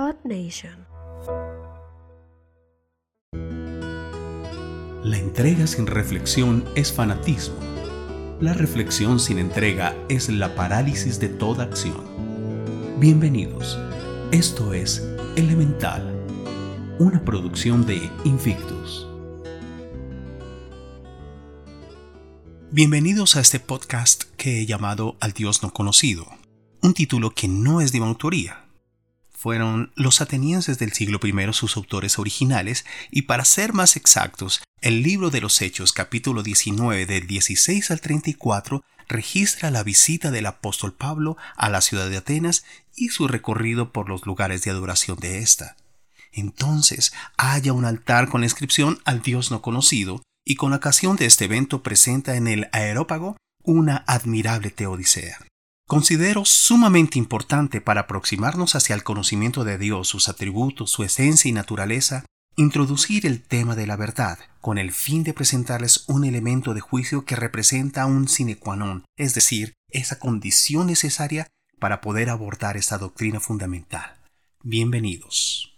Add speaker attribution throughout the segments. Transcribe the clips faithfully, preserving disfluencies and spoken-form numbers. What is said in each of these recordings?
Speaker 1: Earth Nation.
Speaker 2: La entrega sin reflexión es fanatismo. La reflexión sin entrega es la parálisis de toda acción. Bienvenidos. Esto es Elemental, una producción de Invictus. Bienvenidos a este podcast que he llamado Al Dios no conocido, un título que no es de mi autoría. Fueron los atenienses del siglo primero sus autores originales y, para ser más exactos, el libro de los Hechos capítulo diecinueve del dieciséis al treinta y cuatro registra la visita del apóstol Pablo a la ciudad de Atenas y su recorrido por los lugares de adoración de ésta. Entonces halla un altar con la inscripción Al Dios no conocido y con ocasión de este evento presenta en el Areópago una admirable teodicea. Considero sumamente importante para aproximarnos hacia el conocimiento de Dios, sus atributos, su esencia y naturaleza, introducir el tema de la verdad, con el fin de presentarles un elemento de juicio que representa un sine qua non, es decir, esa condición necesaria para poder abordar esta doctrina fundamental. Bienvenidos.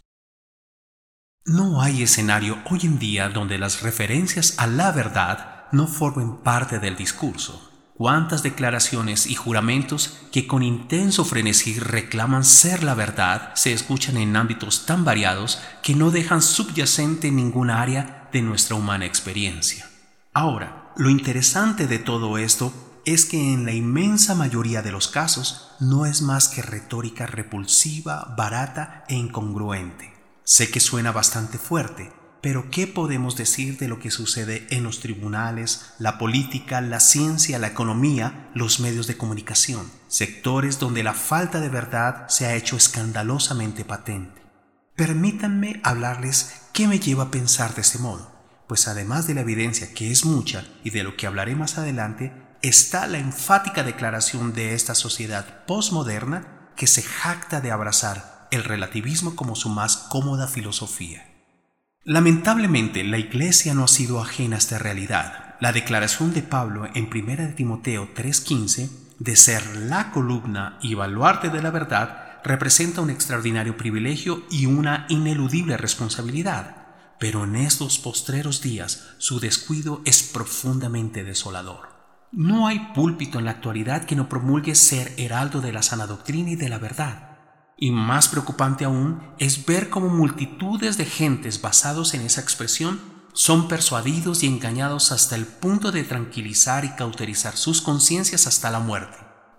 Speaker 2: No hay escenario hoy en día donde las referencias a la verdad no formen parte del discurso. Cuántas declaraciones y juramentos que con intenso frenesí reclaman ser la verdad se escuchan en ámbitos tan variados que no dejan subyacente ninguna área de nuestra humana experiencia. Ahora, lo interesante de todo esto es que en la inmensa mayoría de los casos no es más que retórica repulsiva, barata e incongruente. Sé que suena bastante fuerte, pero ¿qué podemos decir de lo que sucede en los tribunales, la política, la ciencia, la economía, los medios de comunicación? Sectores donde la falta de verdad se ha hecho escandalosamente patente. Permítanme hablarles qué me lleva a pensar de ese modo, pues además de la evidencia, que es mucha y de lo que hablaré más adelante, está la enfática declaración de esta sociedad postmoderna que se jacta de abrazar el relativismo como su más cómoda filosofía. Lamentablemente, la Iglesia no ha sido ajena a esta realidad. La declaración de Pablo en primera de Timoteo tres quince de ser la columna y baluarte de la verdad representa un extraordinario privilegio y una ineludible responsabilidad. Pero en estos postreros días su descuido es profundamente desolador. No hay púlpito en la actualidad que no promulgue ser heraldo de la sana doctrina y de la verdad. Y más preocupante aún es ver cómo multitudes de gentes basados en esa expresión son persuadidos y engañados hasta el punto de tranquilizar y cauterizar sus conciencias hasta la muerte.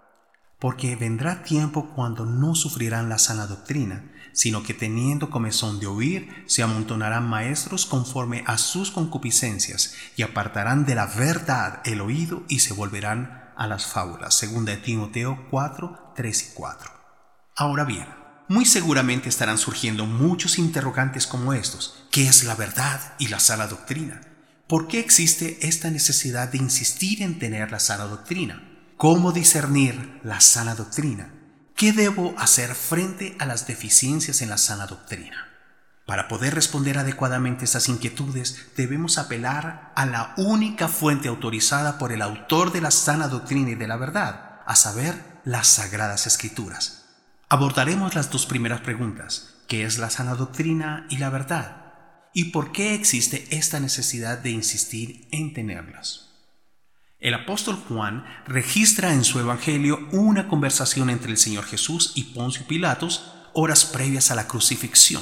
Speaker 2: Porque vendrá tiempo cuando no sufrirán la sana doctrina, sino que teniendo comezón de oír, se amontonarán maestros conforme a sus concupiscencias y apartarán de la verdad el oído y se volverán a las fábulas. Segunda de Timoteo cuatro, tres y cuatro. Ahora bien, muy seguramente estarán surgiendo muchos interrogantes como estos. ¿Qué es la verdad y la sana doctrina? ¿Por qué existe esta necesidad de insistir en tener la sana doctrina? ¿Cómo discernir la sana doctrina? ¿Qué debo hacer frente a las deficiencias en la sana doctrina? Para poder responder adecuadamente a estas inquietudes, debemos apelar a la única fuente autorizada por el autor de la sana doctrina y de la verdad, a saber, las Sagradas Escrituras. Abordaremos las dos primeras preguntas: ¿qué es la sana doctrina y la verdad? ¿Y por qué existe esta necesidad de insistir en tenerlas? El apóstol Juan registra en su evangelio una conversación entre el Señor Jesús y Poncio Pilatos horas previas a la crucifixión.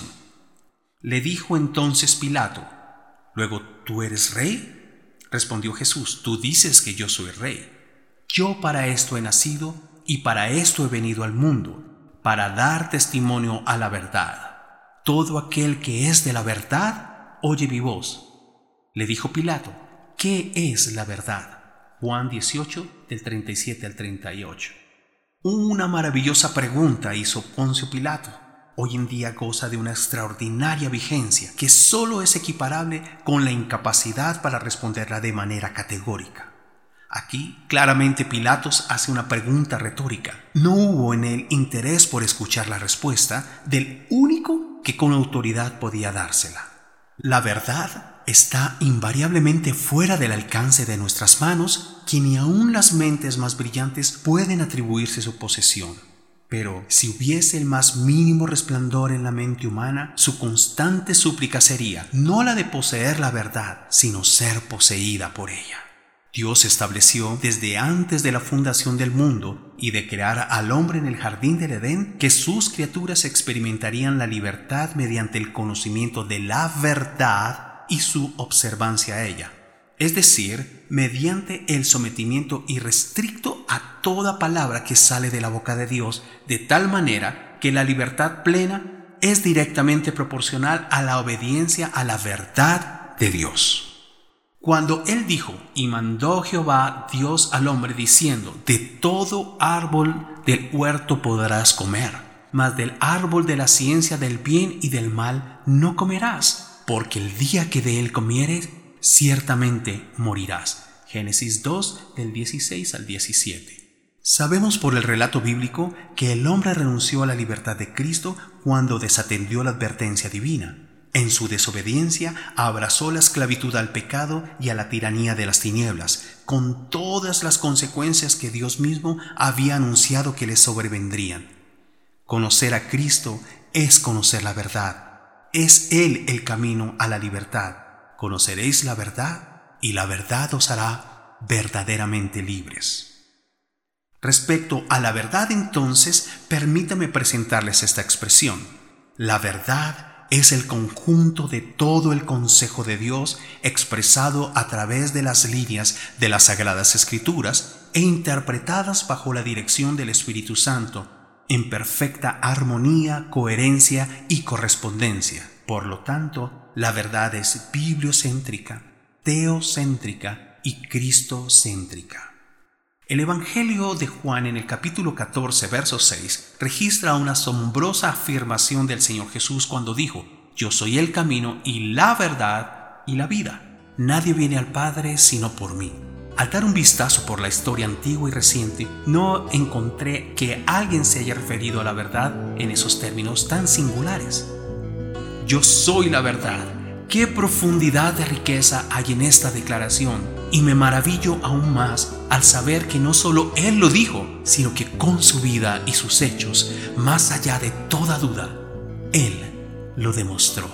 Speaker 2: Le dijo entonces Pilato: «¿Luego tú eres rey?» Respondió Jesús: «Tú dices que yo soy rey. Yo para esto he nacido y para esto he venido al mundo, para dar testimonio a la verdad. Todo aquel que es de la verdad oye mi voz». Le dijo Pilato: «¿Qué es la verdad?» Juan dieciocho, del treinta y siete al treinta y ocho. Una maravillosa pregunta hizo Poncio Pilato. Hoy en día goza de una extraordinaria vigencia que solo es equiparable con la incapacidad para responderla de manera categórica. Aquí, claramente, Pilatos hace una pregunta retórica. No hubo en él interés por escuchar la respuesta del único que con autoridad podía dársela. La verdad está invariablemente fuera del alcance de nuestras manos, que ni aun las mentes más brillantes pueden atribuirse su posesión. Pero si hubiese el más mínimo resplandor en la mente humana, su constante súplica sería no la de poseer la verdad, sino ser poseída por ella. Dios estableció desde antes de la fundación del mundo y de crear al hombre en el jardín del Edén que sus criaturas experimentarían la libertad mediante el conocimiento de la verdad y su observancia a ella. Es decir, mediante el sometimiento irrestricto a toda palabra que sale de la boca de Dios, de tal manera que la libertad plena es directamente proporcional a la obediencia a la verdad de Dios. Cuando Él dijo, y mandó Jehová Dios al hombre diciendo, de todo árbol del huerto podrás comer, mas del árbol de la ciencia del bien y del mal no comerás, porque el día que de él comieres, ciertamente morirás. Génesis dos, del dieciséis al diecisiete. Sabemos por el relato bíblico que el hombre renunció a la libertad de Cristo cuando desatendió la advertencia divina. En su desobediencia abrazó la esclavitud al pecado y a la tiranía de las tinieblas, con todas las consecuencias que Dios mismo había anunciado que le sobrevendrían. Conocer a Cristo es conocer la verdad. Es Él el camino a la libertad. Conoceréis la verdad y la verdad os hará verdaderamente libres. Respecto a la verdad, entonces, permítame presentarles esta expresión. La verdad es el conjunto de todo el consejo de Dios expresado a través de las líneas de las Sagradas Escrituras e interpretadas bajo la dirección del Espíritu Santo, en perfecta armonía, coherencia y correspondencia. Por lo tanto, la verdad es bibliocéntrica, teocéntrica y cristocéntrica. El Evangelio de Juan en el capítulo catorce, verso seis, registra una asombrosa afirmación del Señor Jesús cuando dijo, «Yo soy el camino y la verdad y la vida. Nadie viene al Padre sino por mí». Al dar un vistazo por la historia antigua y reciente, no encontré que alguien se haya referido a la verdad en esos términos tan singulares. Yo soy la verdad. Qué profundidad de riqueza hay en esta declaración, y me maravillo aún más al saber que no solo Él lo dijo, sino que con su vida y sus hechos, más allá de toda duda, Él lo demostró.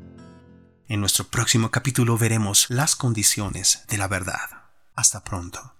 Speaker 2: En nuestro próximo capítulo veremos las condiciones de la verdad. Hasta pronto.